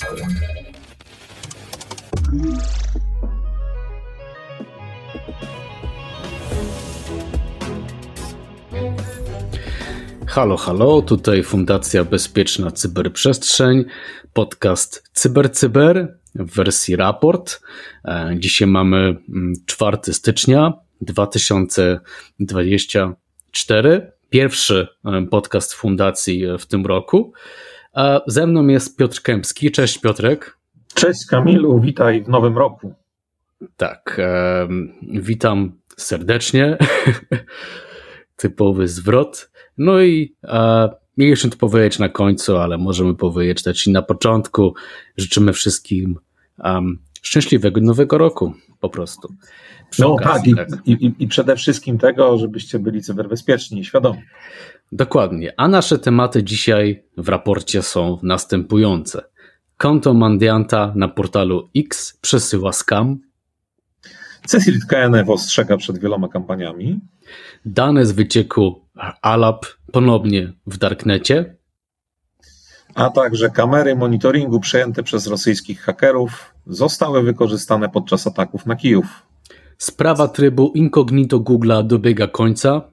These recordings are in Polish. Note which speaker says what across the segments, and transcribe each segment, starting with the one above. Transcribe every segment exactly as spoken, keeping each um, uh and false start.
Speaker 1: Halo, halo, tutaj Fundacja Bezpieczna Cyberprzestrzeń, podcast CyberCyber Cyber w wersji raport. Dzisiaj mamy czwartego stycznia dwa tysiące dwudziestego czwartego, pierwszy podcast Fundacji w tym roku. A ze mną jest Piotr Kępski. Cześć Piotrek.
Speaker 2: Cześć Kamilu, witaj w nowym roku.
Speaker 1: Tak, e, witam serdecznie. Typowy zwrot. No i e, mieliśmy to powiedzieć na końcu, ale możemy powiedzieć też i na początku. Życzymy wszystkim um, szczęśliwego nowego roku po prostu.
Speaker 2: Przy no okazji, tak, i, i, i przede wszystkim tego, żebyście byli cyberbezpieczni i świadomi.
Speaker 1: Dokładnie, a nasze tematy dzisiaj w raporcie są następujące. Konto Mandianta na portalu X przesyła scam.
Speaker 2: Cecil K N F ostrzega przed wieloma kampaniami.
Speaker 1: Dane z wycieku Alap ponownie w Darknecie.
Speaker 2: A także kamery monitoringu przejęte przez rosyjskich hakerów zostały wykorzystane podczas ataków na Kijów.
Speaker 1: Sprawa trybu incognito Google'a dobiega końca.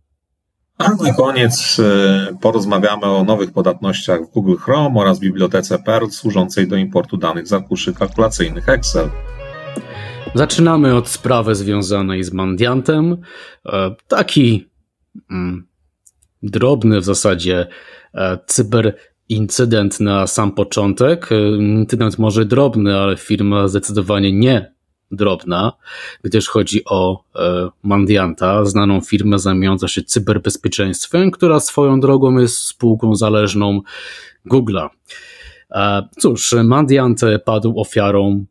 Speaker 2: A na koniec porozmawiamy o nowych podatnościach w Google Chrome oraz bibliotece Perl służącej do importu danych z arkuszy kalkulacyjnych Excel.
Speaker 1: Zaczynamy od sprawy związanej z Mandiantem. Taki mm, drobny w zasadzie cyberincydent na sam początek. Incydent może drobny, ale firma zdecydowanie nie drobna, gdyż chodzi o e, Mandianta, znaną firmę zajmującą się cyberbezpieczeństwem, która swoją drogą jest spółką zależną Google'a. E, cóż, Mandiant padł ofiarą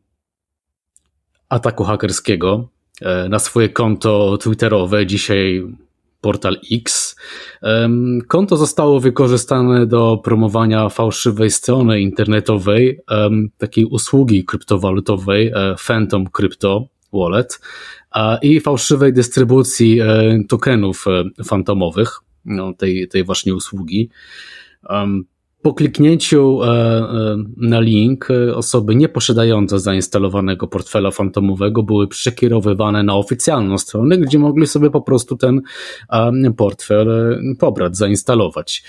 Speaker 1: ataku hakerskiego e, na swoje konto twitterowe, dzisiaj portal X. E, konto zostało wykorzystane do promowania fałszywej strony internetowej, e, takiej usługi kryptowalutowej, e, Phantom Crypto Wallet, a, i fałszywej dystrybucji e, tokenów e, fantomowych, no, tej, tej właśnie usługi. E, Po kliknięciu na link osoby nieposiadające zainstalowanego portfela fantomowego były przekierowywane na oficjalną stronę, gdzie mogli sobie po prostu ten portfel pobrać, zainstalować.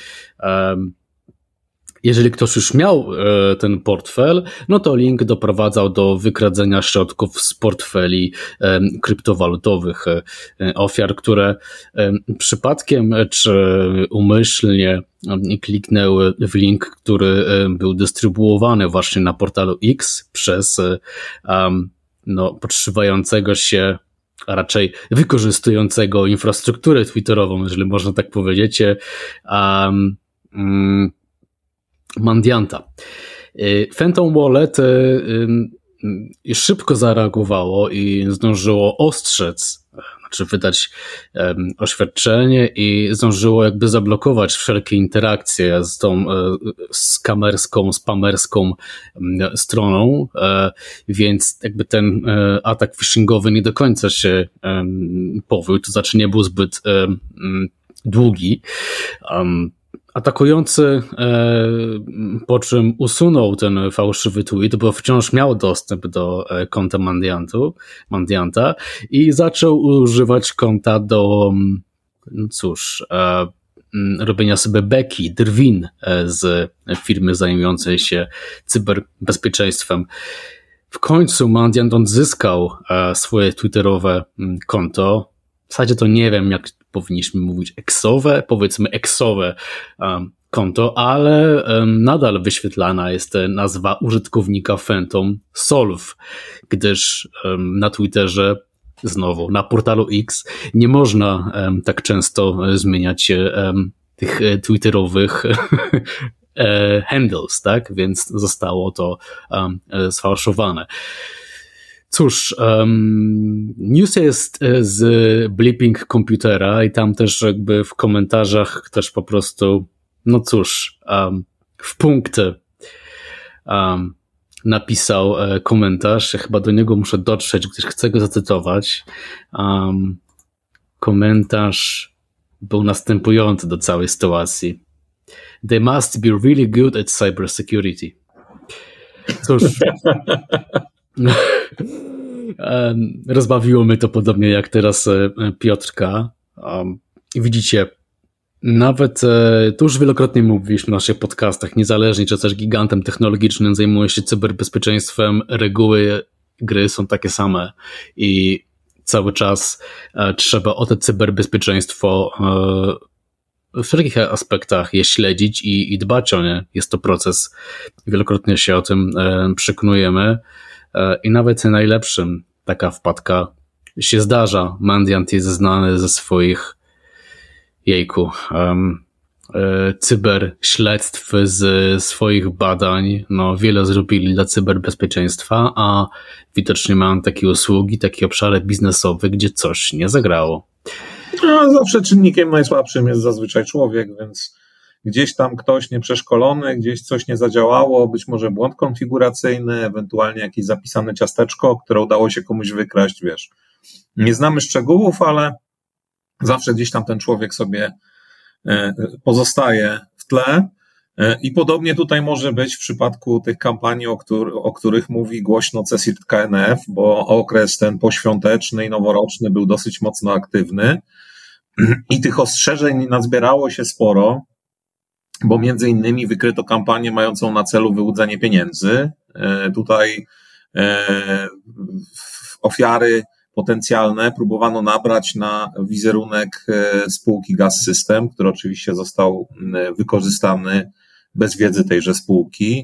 Speaker 1: Jeżeli ktoś już miał ten portfel, no to link doprowadzał do wykradzenia środków z portfeli kryptowalutowych ofiar, które przypadkiem czy umyślnie kliknęły w link, który był dystrybuowany właśnie na portalu X przez no, podszywającego się, a raczej wykorzystującego infrastrukturę twitterową, jeżeli można tak powiedzieć, um, um, Mandianta. Phantom Wallet szybko zareagowało i zdążyło ostrzec, znaczy wydać oświadczenie i zdążyło jakby zablokować wszelkie interakcje z tą skamerską, spamerską stroną, więc jakby ten atak phishingowy nie do końca się powiódł, to znaczy nie był zbyt długi. Atakujący e, po czym usunął ten fałszywy tweet, bo wciąż miał dostęp do e, konta Mandiantu, Mandianta i zaczął używać konta do, no cóż, e, robienia sobie beki, drwin e, z firmy zajmującej się cyberbezpieczeństwem. W końcu Mandiant odzyskał e, swoje twitterowe konto. W zasadzie to nie wiem, jak powinniśmy mówić eksowe, powiedzmy eksowe um, konto, ale um, nadal wyświetlana jest nazwa użytkownika Phantom Solve, gdyż um, na Twitterze, znowu na portalu X, nie można um, tak często zmieniać um, tych twitterowych handles, tak? Więc zostało to um, sfałszowane. Cóż, um, news jest z Blipping komputera i tam też jakby w komentarzach też po prostu, no cóż, um, w punkty um, napisał e, komentarz. Ja chyba do niego muszę dotrzeć, gdyż chcę go zacytować. Um, komentarz był następujący do całej sytuacji. They must be really good at cybersecurity. cóż, rozbawiło mnie to podobnie jak teraz Piotrka. Widzicie, nawet, to już wielokrotnie mówiliśmy w naszych podcastach, niezależnie czy też gigantem technologicznym zajmuje się cyberbezpieczeństwem, reguły gry są takie same i cały czas trzeba o to cyberbezpieczeństwo w wszelkich aspektach je śledzić i, i dbać o nie. Jest to proces, wielokrotnie się o tym przekonujemy i nawet najlepszym taka wpadka się zdarza. Mandiant jest znany ze swoich jejku, um, e, cyberśledztw, z swoich badań. No, wiele zrobili dla cyberbezpieczeństwa, a widocznie mają takie usługi, takie obszary biznesowe, gdzie coś nie zagrało.
Speaker 2: No, zawsze czynnikiem najsłabszym jest zazwyczaj człowiek, więc gdzieś tam ktoś nieprzeszkolony, gdzieś coś nie zadziałało, być może błąd konfiguracyjny, ewentualnie jakieś zapisane ciasteczko, które udało się komuś wykraść, wiesz. Nie znamy szczegółów, ale zawsze gdzieś tam ten człowiek sobie pozostaje w tle i podobnie tutaj może być w przypadku tych kampanii, o, których, o których mówi głośno CECIRT K N F, bo okres ten poświąteczny i noworoczny był dosyć mocno aktywny i tych ostrzeżeń nazbierało się sporo, bo między innymi wykryto kampanię mającą na celu wyłudzenie pieniędzy. Tutaj ofiary potencjalne próbowano nabrać na wizerunek spółki Gaz System, który oczywiście został wykorzystany bez wiedzy tejże spółki.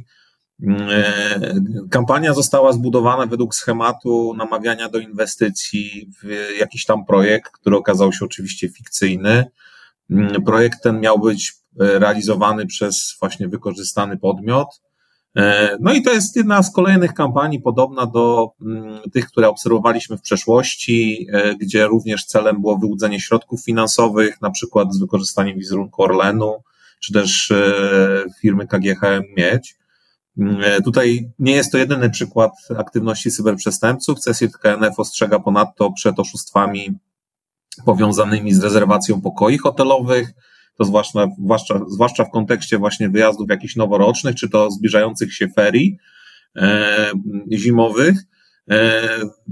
Speaker 2: Kampania została zbudowana według schematu namawiania do inwestycji w jakiś tam projekt, który okazał się oczywiście fikcyjny. Projekt ten miał być realizowany przez właśnie wykorzystany podmiot. No i to jest jedna z kolejnych kampanii podobna do tych, które obserwowaliśmy w przeszłości, gdzie również celem było wyłudzenie środków finansowych, na przykład z wykorzystaniem wizerunku Orlenu, czy też firmy K G H M Miedź. Tutaj nie jest to jedyny przykład aktywności cyberprzestępców. CECIRT K N F ostrzega ponadto przed oszustwami powiązanymi z rezerwacją pokoi hotelowych, to zwłaszcza, zwłaszcza, zwłaszcza w kontekście właśnie wyjazdów jakichś noworocznych, czy to zbliżających się ferii e, zimowych. E,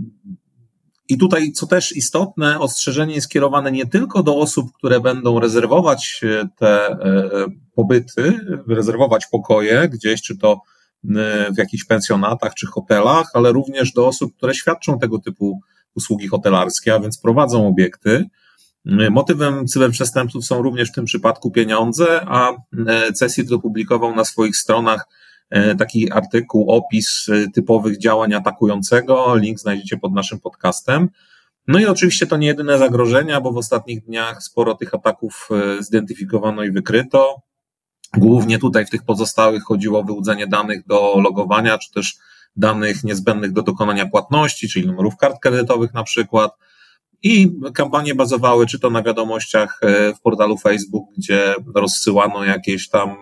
Speaker 2: I tutaj, co też istotne, ostrzeżenie jest kierowane nie tylko do osób, które będą rezerwować te e, pobyty, rezerwować pokoje gdzieś, czy to w jakichś pensjonatach, czy hotelach, ale również do osób, które świadczą tego typu usługi hotelarskie, a więc prowadzą obiekty. Motywem cyberprzestępców są również w tym przypadku pieniądze, a CECIRT opublikował na swoich stronach taki artykuł, opis typowych działań atakującego. Link znajdziecie pod naszym podcastem. No i oczywiście to nie jedyne zagrożenia, bo w ostatnich dniach sporo tych ataków zidentyfikowano i wykryto. Głównie tutaj w tych pozostałych chodziło o wyłudzenie danych do logowania, czy też danych niezbędnych do dokonania płatności, czyli numerów kart kredytowych na przykład. I kampanie bazowały czy to na wiadomościach w portalu Facebook, gdzie rozsyłano jakieś tam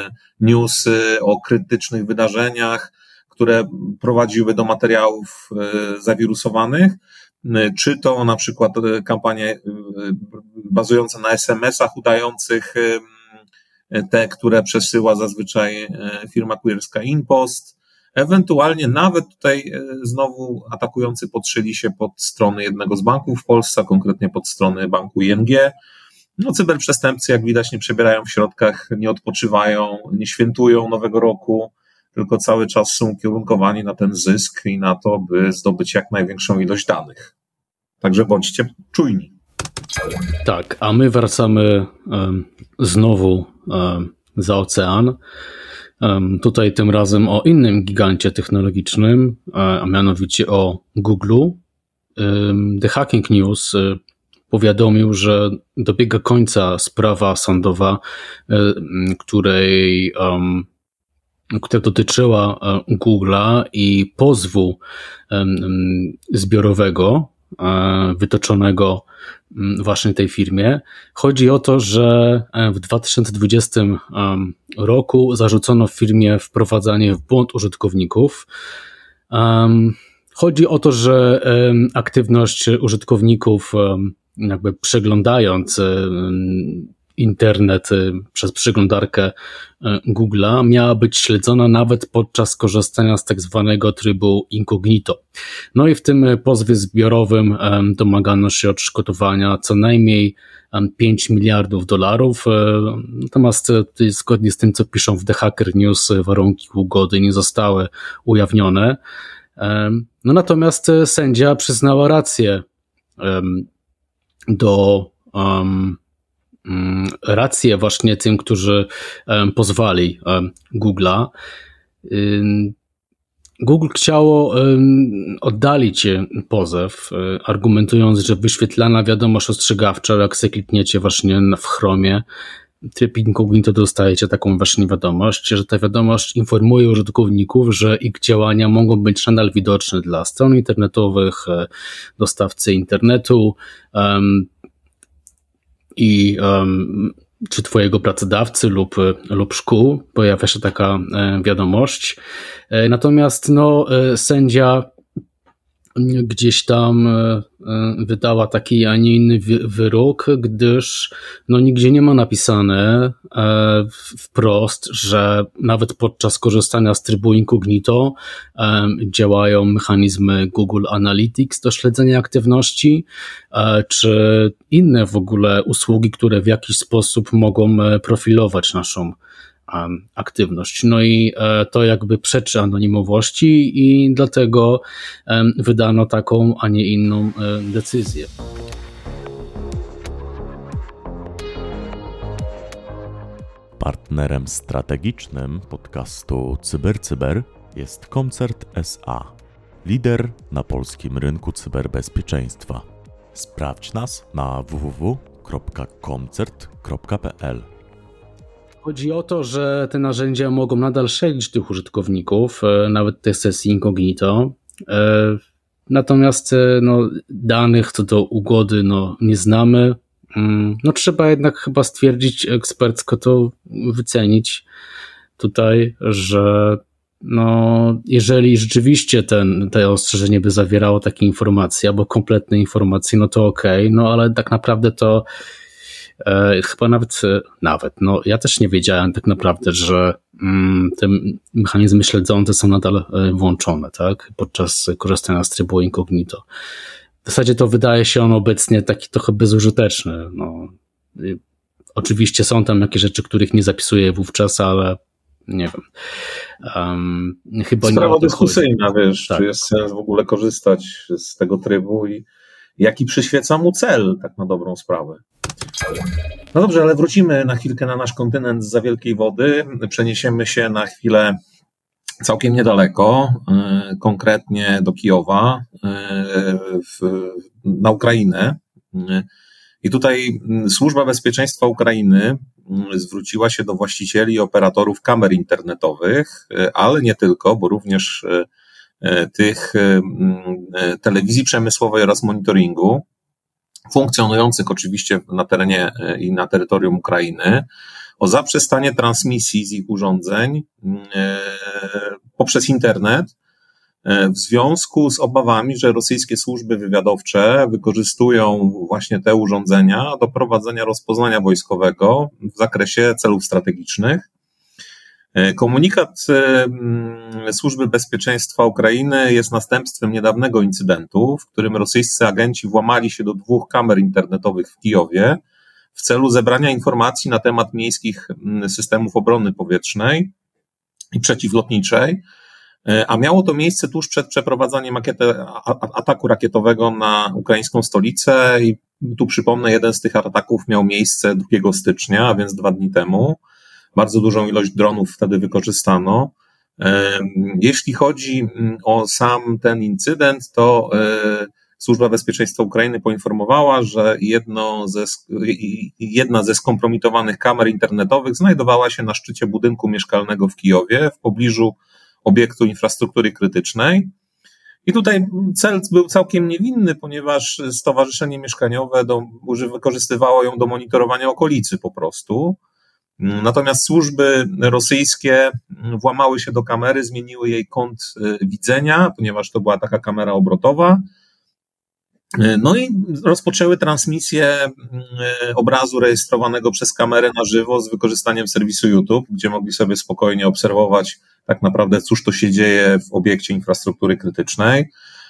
Speaker 2: newsy o krytycznych wydarzeniach, które prowadziły do materiałów zawirusowanych, czy to na przykład kampanie bazujące na es em esach udających te, które przesyła zazwyczaj firma kurierska InPost. Ewentualnie nawet tutaj znowu atakujący podszyli się pod strony jednego z banków w Polsce, a konkretnie pod strony banku I N G. No, cyberprzestępcy, jak widać, nie przebierają w środkach, nie odpoczywają, nie świętują Nowego Roku, tylko cały czas są ukierunkowani na ten zysk i na to, by zdobyć jak największą ilość danych. Także bądźcie czujni.
Speaker 1: Tak, a my wracamy um, znowu um, za ocean. Um, tutaj tym razem o innym gigancie technologicznym, a mianowicie o Google'u. Um, The Hacking News um, powiadomił, że dobiega końca sprawa sądowa, um, której, um, która dotyczyła um, Google'a i pozwu um, zbiorowego um, wytoczonego właśnie tej firmie. Chodzi o to, że w dwa tysiące dwudziestym roku zarzucono firmie wprowadzanie w błąd użytkowników. Chodzi o to, że aktywność użytkowników, jakby przeglądając internet przez przeglądarkę Google'a miała być śledzona nawet podczas korzystania z tak zwanego trybu incognito. No i w tym pozwie zbiorowym domagano się odszkodowania co najmniej pięć miliardów dolarów, natomiast zgodnie z tym, co piszą w The Hacker News, warunki ugody nie zostały ujawnione. No natomiast sędzia przyznała rację do um, rację właśnie tym, którzy um, pozwali um, Google'a. Um, Google chciało um, oddalić pozew, um, argumentując, że wyświetlana wiadomość ostrzegawcza, jak sobie klikniecie właśnie w Chromie, tryb incognito, dostajecie taką właśnie wiadomość, że ta wiadomość informuje użytkowników, że ich działania mogą być nadal widoczne dla stron internetowych, dostawcy internetu um, i um, czy twojego pracodawcy lub, lub szkół. Pojawia się taka e, wiadomość. E, natomiast no, e, sędzia gdzieś tam wydała taki, a nie inny wyrok, gdyż no nigdzie nie ma napisane wprost, że nawet podczas korzystania z trybu incognito działają mechanizmy Google Analytics do śledzenia aktywności, czy inne w ogóle usługi, które w jakiś sposób mogą profilować naszą aktywność. No i to jakby przeczy anonimowości i dlatego wydano taką, a nie inną decyzję.
Speaker 3: Partnerem strategicznym podcastu CyberCyber jest Koncert S A, lider na polskim rynku cyberbezpieczeństwa. Sprawdź nas na w w w kropka koncert kropka p l.
Speaker 1: Chodzi o to, że te narzędzia mogą nadal śledzić tych użytkowników, nawet tej sesji incognito. Natomiast no, danych co do ugody no, nie znamy. No, trzeba jednak chyba stwierdzić, ekspercko to wycenić tutaj, że no, jeżeli rzeczywiście ten, to ostrzeżenie by zawierało takie informacje albo kompletne informacje, no to okej, okay, no ale tak naprawdę to E, chyba nawet, nawet, no ja też nie wiedziałem tak naprawdę, że mm, te mechanizmy śledzące są nadal włączone, tak, podczas korzystania z trybu incognito. W zasadzie to wydaje się on obecnie taki trochę bezużyteczny, no. I oczywiście są tam jakieś rzeczy, których nie zapisuję wówczas, ale nie wiem. Um, chyba
Speaker 2: Sprawa dyskusyjna, wiesz,
Speaker 1: tak.
Speaker 2: Czy jest sens w ogóle korzystać z tego trybu i jaki przyświeca mu cel, tak na dobrą sprawę. No dobrze, ale wrócimy na chwilkę na nasz kontynent zza wielkiej wody. Przeniesiemy się na chwilę całkiem niedaleko, konkretnie do Kijowa, w, na Ukrainę. I tutaj Służba Bezpieczeństwa Ukrainy zwróciła się do właścicieli i operatorów kamer internetowych, ale nie tylko, bo również tych telewizji przemysłowej oraz monitoringu, funkcjonujących oczywiście na terenie i na terytorium Ukrainy, o zaprzestanie transmisji z ich urządzeń poprzez internet w związku z obawami, że rosyjskie służby wywiadowcze wykorzystują właśnie te urządzenia do prowadzenia rozpoznania wojskowego w zakresie celów strategicznych. Komunikat Służby Bezpieczeństwa Ukrainy jest następstwem niedawnego incydentu, w którym rosyjscy agenci włamali się do dwóch kamer internetowych w Kijowie w celu zebrania informacji na temat miejskich systemów obrony powietrznej i przeciwlotniczej, a miało to miejsce tuż przed przeprowadzaniem ataku rakietowego na ukraińską stolicę i tu przypomnę, jeden z tych ataków miał miejsce drugiego stycznia, a więc dwa dni temu. Bardzo dużą ilość dronów wtedy wykorzystano. Jeśli chodzi o sam ten incydent, to Służba Bezpieczeństwa Ukrainy poinformowała, że jedno ze, jedna ze skompromitowanych kamer internetowych znajdowała się na szczycie budynku mieszkalnego w Kijowie, w pobliżu obiektu infrastruktury krytycznej. I tutaj cel był całkiem niewinny, ponieważ stowarzyszenie mieszkaniowe do, wykorzystywało ją do monitorowania okolicy po prostu. Natomiast służby rosyjskie włamały się do kamery, zmieniły jej kąt widzenia, ponieważ to była taka kamera obrotowa No i rozpoczęły transmisję obrazu rejestrowanego przez kamerę na żywo z wykorzystaniem serwisu YouTube, gdzie mogli sobie spokojnie obserwować tak naprawdę, cóż to się dzieje w obiekcie infrastruktury krytycznej.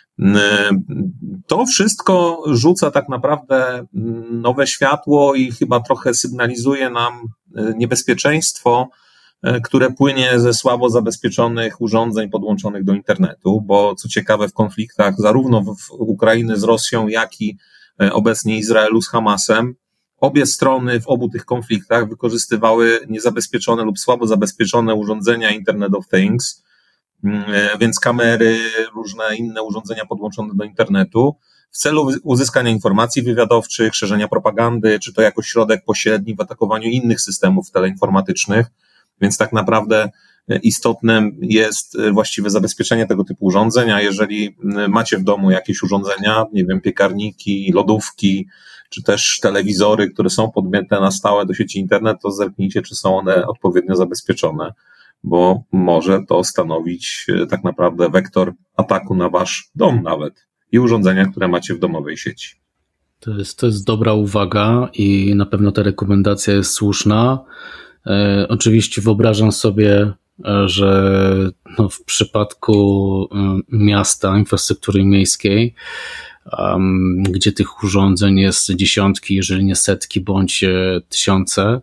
Speaker 2: To wszystko rzuca tak naprawdę nowe światło i chyba trochę sygnalizuje nam niebezpieczeństwo, które płynie ze słabo zabezpieczonych urządzeń podłączonych do internetu, bo co ciekawe w konfliktach zarówno w Ukrainy z Rosją, jak i obecnie Izraelu z Hamasem, obie strony w obu tych konfliktach wykorzystywały niezabezpieczone lub słabo zabezpieczone urządzenia Internet of Things, więc kamery, różne inne urządzenia podłączone do internetu w celu uzyskania informacji wywiadowczych, szerzenia propagandy, czy to jako środek pośredni w atakowaniu innych systemów teleinformatycznych. Więc tak naprawdę istotne jest właściwe zabezpieczenie tego typu urządzeń, a jeżeli macie w domu jakieś urządzenia, nie wiem, piekarniki, lodówki, czy też telewizory, które są podpięte na stałe do sieci internet, to zerknijcie, czy są one odpowiednio zabezpieczone, bo może to stanowić tak naprawdę wektor ataku na wasz dom nawet i urządzenia, które macie w domowej sieci.
Speaker 1: To jest, to jest dobra uwaga i na pewno ta rekomendacja jest słuszna. E, oczywiście wyobrażam sobie, że no w przypadku miasta, infrastruktury miejskiej, um, gdzie tych urządzeń jest dziesiątki, jeżeli nie setki, bądź tysiące,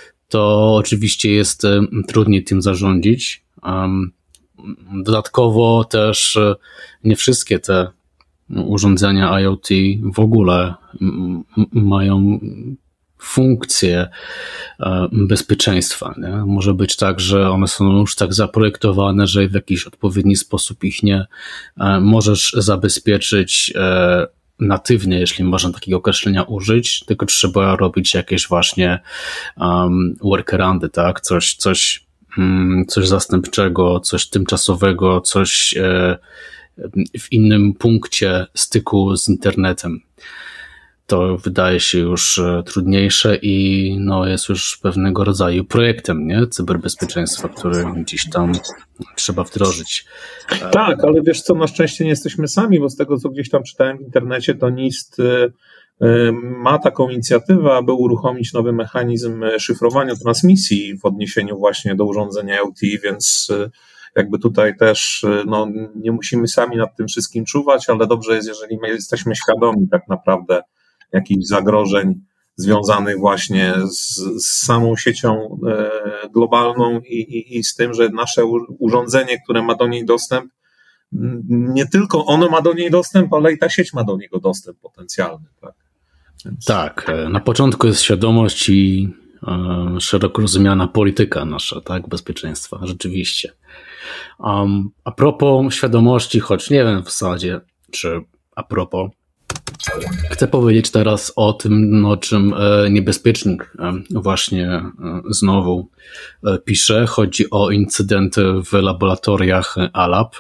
Speaker 1: to oczywiście jest trudniej tym zarządzić. Um, dodatkowo też nie wszystkie te urządzenia IoT w ogóle m- mają funkcje bezpieczeństwa. Nie? Może być tak, że one są już tak zaprojektowane, że w jakiś odpowiedni sposób ich nie możesz zabezpieczyć natywnie, jeśli można takiego określenia użyć, tylko trzeba robić jakieś właśnie um, workaroundy, tak? Coś, coś, um, coś zastępczego, coś tymczasowego, coś e, w innym punkcie styku z internetem. To wydaje się już trudniejsze i no, jest już pewnego rodzaju projektem, nie? Cyberbezpieczeństwa, który gdzieś tam trzeba wdrożyć.
Speaker 2: Tak, ale wiesz co, na szczęście nie jesteśmy sami, bo z tego, co gdzieś tam czytałem w internecie, to NIST ma taką inicjatywę, aby uruchomić nowy mechanizm szyfrowania transmisji w odniesieniu właśnie do urządzenia IoT, więc jakby tutaj też no, nie musimy sami nad tym wszystkim czuwać, ale dobrze jest, jeżeli my jesteśmy świadomi tak naprawdę jakichś zagrożeń związanych właśnie z, z samą siecią e, globalną i, i, i z tym, że nasze urządzenie, które ma do niej dostęp, nie tylko ono ma do niej dostęp, ale i ta sieć ma do niego dostęp potencjalny. Tak,
Speaker 1: Więc... tak na początku jest świadomość i e, szeroko rozumiana polityka nasza, tak, bezpieczeństwa, rzeczywiście. Um, a propos świadomości, choć nie wiem w zasadzie, czy a propos, chcę powiedzieć teraz o tym, o czym niebezpiecznik właśnie znowu pisze. Chodzi o incydenty w laboratoriach A-Lab.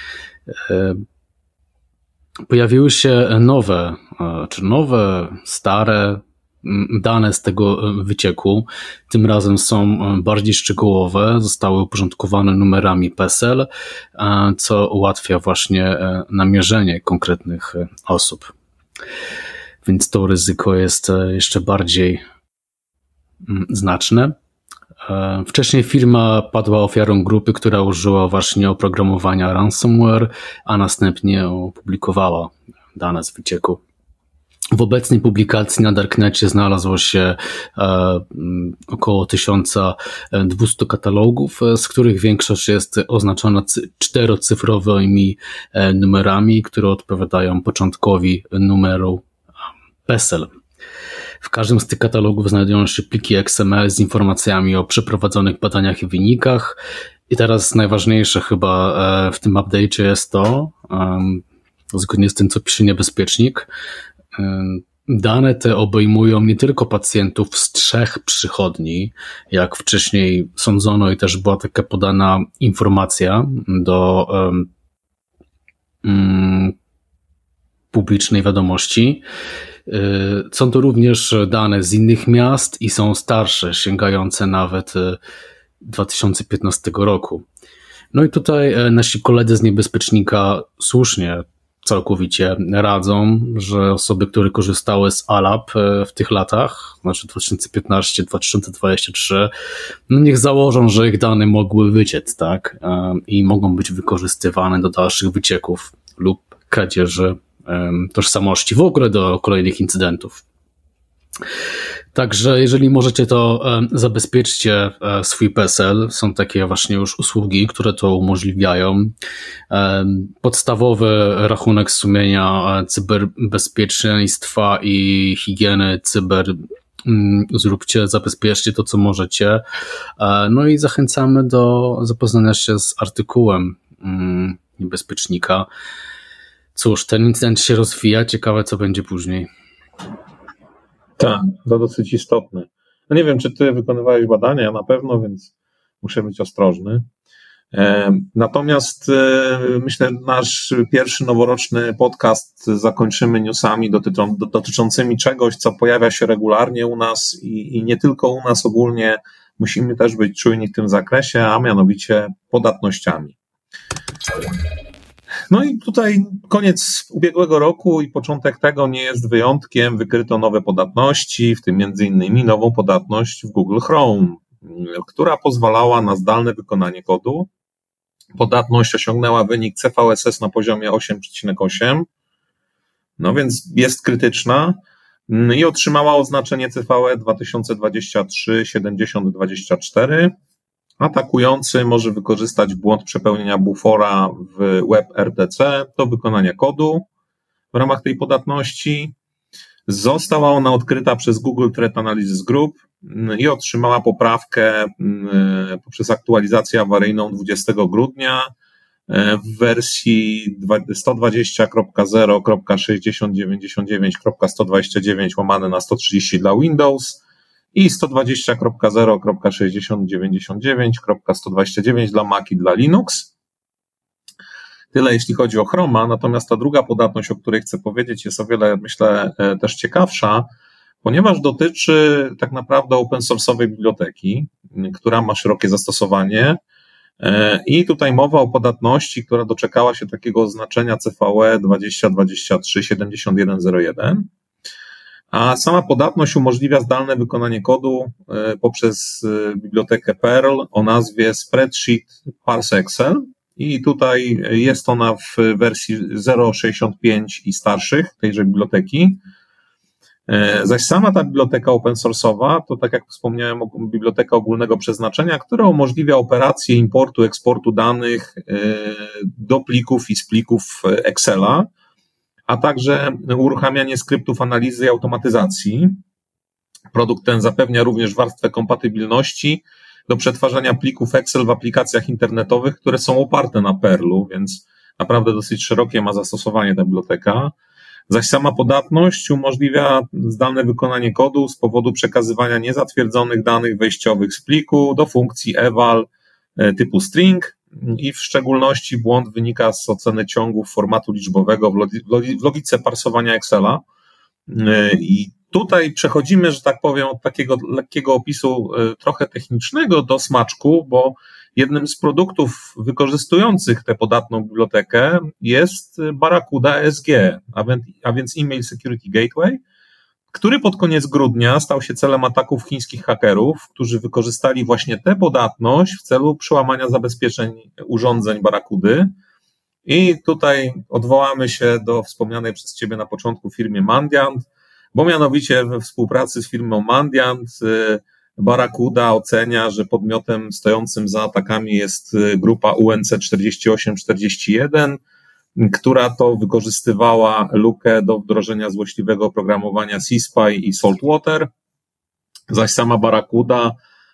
Speaker 1: Pojawiły się nowe, czy nowe, stare dane z tego wycieku. Tym razem są bardziej szczegółowe, zostały uporządkowane numerami P E S E L, co ułatwia właśnie namierzenie konkretnych osób. Więc to ryzyko jest jeszcze bardziej znaczne. Wcześniej firma padła ofiarą grupy, która użyła właśnie oprogramowania ransomware, a następnie opublikowała dane z wycieku. W obecnej publikacji na Darknecie znalazło się e, około tysiąc dwieście katalogów, z których większość jest oznaczona czterocyfrowymi numerami, które odpowiadają początkowi numeru P E S E L. W każdym z tych katalogów znajdują się pliki X M L z informacjami o przeprowadzonych badaniach i wynikach. I teraz najważniejsze chyba w tym update'cie jest to, zgodnie z tym, co pisze niebezpiecznik, dane te obejmują nie tylko pacjentów z trzech przychodni, jak wcześniej sądzono i też była taka podana informacja do um, publicznej wiadomości. Są to również dane z innych miast i są starsze, sięgające nawet dwa tysiące piętnastego roku. No i tutaj nasi koledzy z niebezpiecznika słusznie całkowicie radzą, że osoby, które korzystały z A L A P w tych latach, znaczy dwa tysiące piętnaście do dwa tysiące dwudziestego trzeciego, no niech założą, że ich dane mogły wyciec, tak, i mogą być wykorzystywane do dalszych wycieków lub kradzieży tożsamości, w ogóle do kolejnych incydentów. Także jeżeli możecie, to zabezpieczcie swój PESEL. Są takie właśnie już usługi, które to umożliwiają. Podstawowy rachunek sumienia cyberbezpieczeństwa i higieny cyber zróbcie, zabezpieczcie to, co możecie. No i zachęcamy do zapoznania się z artykułem niebezpiecznika. Cóż, ten incydent się rozwija, ciekawe, co będzie później.
Speaker 2: Tak, to dosyć istotne. No nie wiem, czy ty wykonywałeś badania, ja na pewno, więc muszę być ostrożny. Natomiast myślę, nasz pierwszy noworoczny podcast zakończymy newsami dotyczą, dotyczącymi czegoś, co pojawia się regularnie u nas i, i nie tylko u nas ogólnie. Musimy też być czujni w tym zakresie, a mianowicie podatnościami. No i tutaj koniec ubiegłego roku i początek tego nie jest wyjątkiem. Wykryto nowe podatności, w tym między innymi nową podatność w Google Chrome, która pozwalała na zdalne wykonanie kodu. Podatność osiągnęła wynik C V S S na poziomie osiem przecinek osiem, no więc jest krytyczna i otrzymała oznaczenie C V E dwa tysiące dwadzieścia trzy siedemdziesiąt dwadzieścia cztery. Atakujący może wykorzystać błąd przepełnienia bufora w WebRTC do wykonania kodu w ramach tej podatności. Została ona odkryta przez Google Threat Analysis Group i otrzymała poprawkę poprzez aktualizację awaryjną dwudziestego grudnia w wersji sto dwadzieścia kropka zero kropka sześćdziesiąt dziewięćdziesiąt dziewięć kropka sto dwadzieścia dziewięć łamane na sto trzydzieści dla Windows i sto dwadzieścia kropka zero kropka sześćdziesiąt dziewięćdziesiąt dziewięć kropka sto dwadzieścia dziewięć dla Mac i dla Linux. Tyle jeśli chodzi o Chroma, natomiast ta druga podatność, o której chcę powiedzieć, jest o wiele, myślę, też ciekawsza, ponieważ dotyczy tak naprawdę open source'owej biblioteki, która ma szerokie zastosowanie i tutaj mowa o podatności, która doczekała się takiego oznaczenia C V E dwadzieścia dwadzieścia trzy siedemdziesiąt jeden zero jeden, a sama podatność umożliwia zdalne wykonanie kodu poprzez bibliotekę Perl o nazwie Spreadsheet Parse Excel i tutaj jest ona w wersji zero sześćdziesiąt pięć i starszych tejże biblioteki. Zaś sama ta biblioteka open source'owa to, tak jak wspomniałem, biblioteka ogólnego przeznaczenia, która umożliwia operację importu, eksportu danych do plików i z plików Excela, a także uruchamianie skryptów analizy i automatyzacji. Produkt ten zapewnia również warstwę kompatybilności do przetwarzania plików Excel w aplikacjach internetowych, które są oparte na Perlu, więc naprawdę dosyć szerokie ma zastosowanie ta biblioteka. Zaś sama podatność umożliwia zdalne wykonanie kodu z powodu przekazywania niezatwierdzonych danych wejściowych z pliku do funkcji eval typu string i w szczególności błąd wynika z oceny ciągów formatu liczbowego w logice parsowania Excela. I tutaj przechodzimy, że tak powiem, od takiego lekkiego opisu trochę technicznego do smaczku, bo jednym z produktów wykorzystujących tę podatną bibliotekę jest Barracuda E S G, a więc Email Security Gateway, który pod koniec grudnia stał się celem ataków chińskich hakerów, którzy wykorzystali właśnie tę podatność w celu przełamania zabezpieczeń urządzeń Barracudy. I tutaj odwołamy się do wspomnianej przez Ciebie na początku firmy Mandiant, bo mianowicie we współpracy z firmą Mandiant Barracuda ocenia, że podmiotem stojącym za atakami jest grupa U N C czterdzieści osiem czterdzieści jeden, która to wykorzystywała lukę do wdrożenia złośliwego oprogramowania C-Spy i Saltwater, zaś sama Barracuda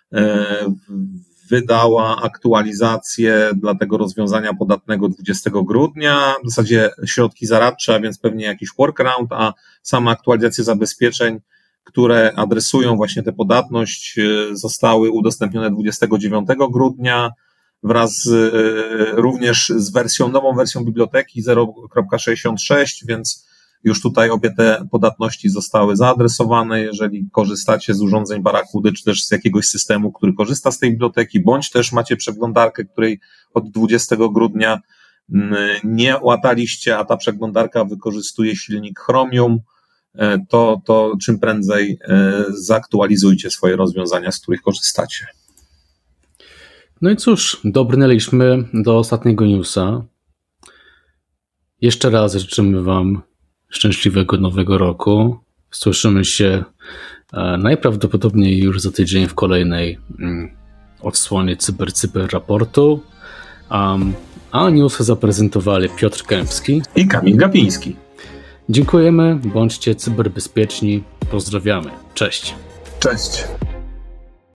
Speaker 2: wydała aktualizację dla tego rozwiązania podatnego dwudziestego grudnia, w zasadzie środki zaradcze, a więc pewnie jakiś workaround, a sama aktualizacja zabezpieczeń, które adresują właśnie tę podatność, zostały udostępnione dwudziestego dziewiątego grudnia wraz z, również z wersją, nową wersją biblioteki zero kropka sześćdziesiąt sześć, więc już tutaj obie te podatności zostały zaadresowane. Jeżeli korzystacie z urządzeń Barracudy, czy też z jakiegoś systemu, który korzysta z tej biblioteki, bądź też macie przeglądarkę, której od dwudziestego grudnia nie łataliście, a ta przeglądarka wykorzystuje silnik Chromium, to, to czym prędzej zaktualizujcie swoje rozwiązania, z których korzystacie.
Speaker 1: No i cóż, dobrnęliśmy do ostatniego newsa. Jeszcze raz życzymy Wam szczęśliwego nowego roku. Słyszymy się najprawdopodobniej już za tydzień w kolejnej odsłonie Cyber Cyber raportu. Um, a newsy zaprezentowali Piotr Kępski
Speaker 2: i Kamil Gapiński.
Speaker 1: Dziękujemy, bądźcie cyberbezpieczni. Pozdrawiamy. Cześć.
Speaker 2: Cześć.